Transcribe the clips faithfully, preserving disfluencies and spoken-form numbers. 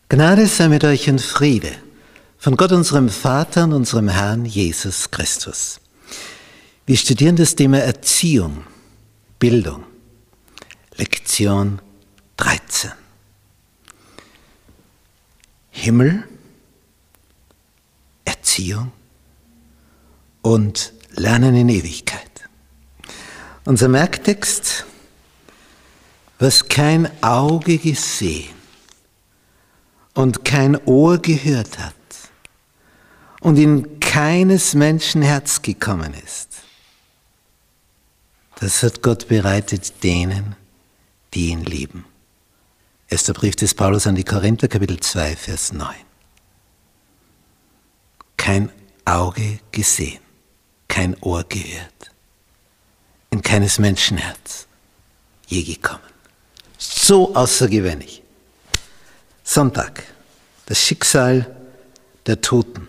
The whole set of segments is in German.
Gnade sei mit euch und Friede von Gott, unserem Vater und unserem Herrn Jesus Christus. Wir studieren das Thema Erziehung, Bildung, Lektion dreizehn. Himmel, Erziehung und Lernen in Ewigkeit. Unser Merktext: Was kein Auge gesehen und kein Ohr gehört hat und in keines Menschen Herz gekommen ist, das hat Gott bereitet denen, die ihn lieben. Erster Brief des Paulus an die Korinther, Kapitel zwei, Vers neun. Kein Auge gesehen, kein Ohr gehört, in keines Menschen Herz je gekommen. So außergewöhnlich. Sonntag, das Schicksal der Toten.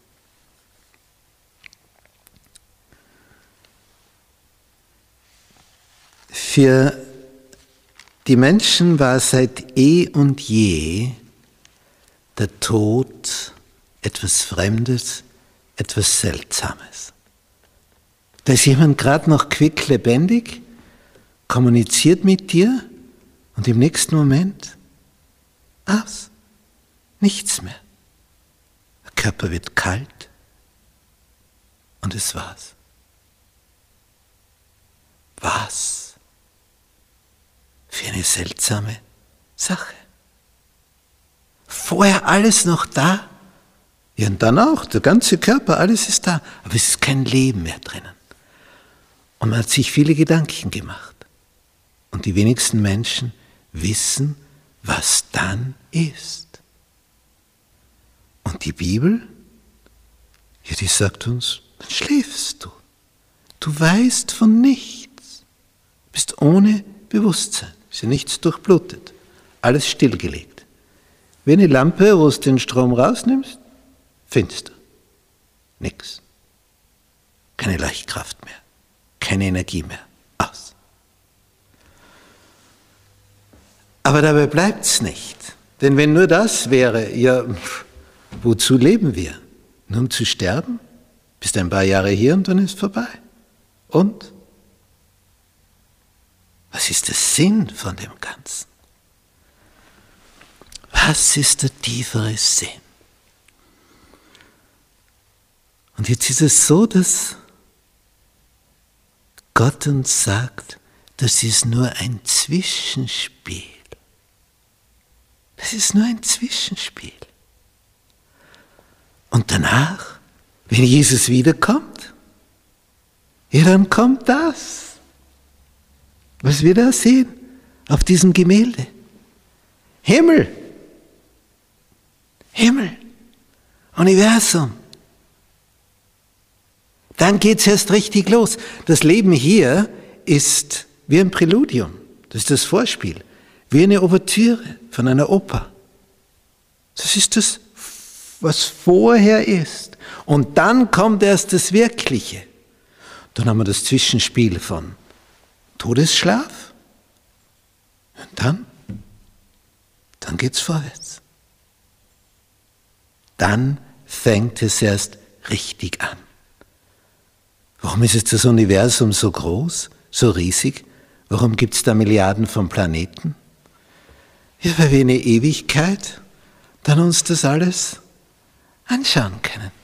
Für die Menschen war seit eh und je der Tod etwas Fremdes, etwas Seltsames. Da ist jemand gerade noch quicklebendig, kommuniziert mit dir und im nächsten Moment aus. Nichts mehr. Der Körper wird kalt und es war's. Was für eine seltsame Sache. Vorher alles noch da, ja und dann auch, der ganze Körper, alles ist da, aber es ist kein Leben mehr drinnen. Und man hat sich viele Gedanken gemacht. Und die wenigsten Menschen wissen, was dann ist. Und die Bibel, ja, die sagt uns, dann schläfst du. Du weißt von nichts. Bist ohne Bewusstsein. Ist ja nichts durchblutet. Alles stillgelegt. Wie eine Lampe, wo du den Strom rausnimmst, finster. Nix. Keine Leuchtkraft mehr. Keine Energie mehr. Aus. Aber dabei bleibt's nicht. Denn wenn nur das wäre, ja, wozu leben wir? Nur um zu sterben? Bist ein paar Jahre hier und dann ist vorbei. Und? Was ist der Sinn von dem Ganzen? Was ist der tiefere Sinn? Und jetzt ist es so, dass Gott uns sagt, das ist nur ein Zwischenspiel. Das ist nur ein Zwischenspiel. Und danach, wenn Jesus wiederkommt, ja, dann kommt das, was wir da sehen, auf diesem Gemälde. Himmel, Himmel, Universum. Dann geht es erst richtig los. Das Leben hier ist wie ein Präludium, das ist das Vorspiel, wie eine Ouvertüre von einer Oper. Das ist das, was vorher ist. Und dann kommt erst das Wirkliche. Dann haben wir das Zwischenspiel von Todesschlaf und dann, dann geht's vorwärts. Dann fängt es erst richtig an. Warum ist jetzt das Universum so groß, so riesig? Warum gibt es da Milliarden von Planeten? Ja, weil wir in der Ewigkeit dann uns das alles anschauen können.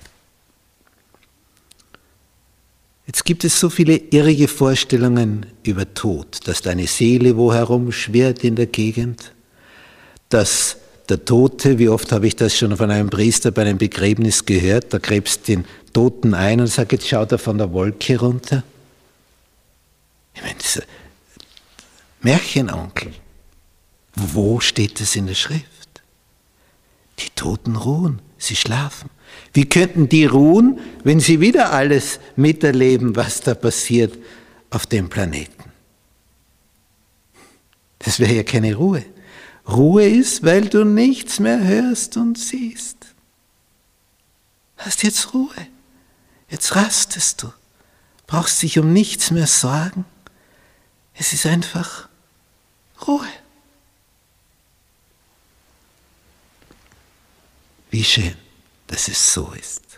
Jetzt gibt es so viele irrige Vorstellungen über Tod, dass da eine Seele wo herumschwirrt in der Gegend, dass der Tote, wie oft habe ich das schon von einem Priester bei einem Begräbnis gehört, da gräbst den Toten ein und sagt, jetzt schaut er von der Wolke runter. Ich meine, das ist ein Märchenonkel. Wo steht das in der Schrift? Die Toten ruhen, sie schlafen. Wie könnten die ruhen, wenn sie wieder alles miterleben, was da passiert auf dem Planeten? Das wäre ja keine Ruhe. Ruhe ist, weil du nichts mehr hörst und siehst. Hast jetzt Ruhe. Jetzt rastest du. Brauchst dich um nichts mehr sorgen. Es ist einfach Ruhe. Wie schön, dass es so ist.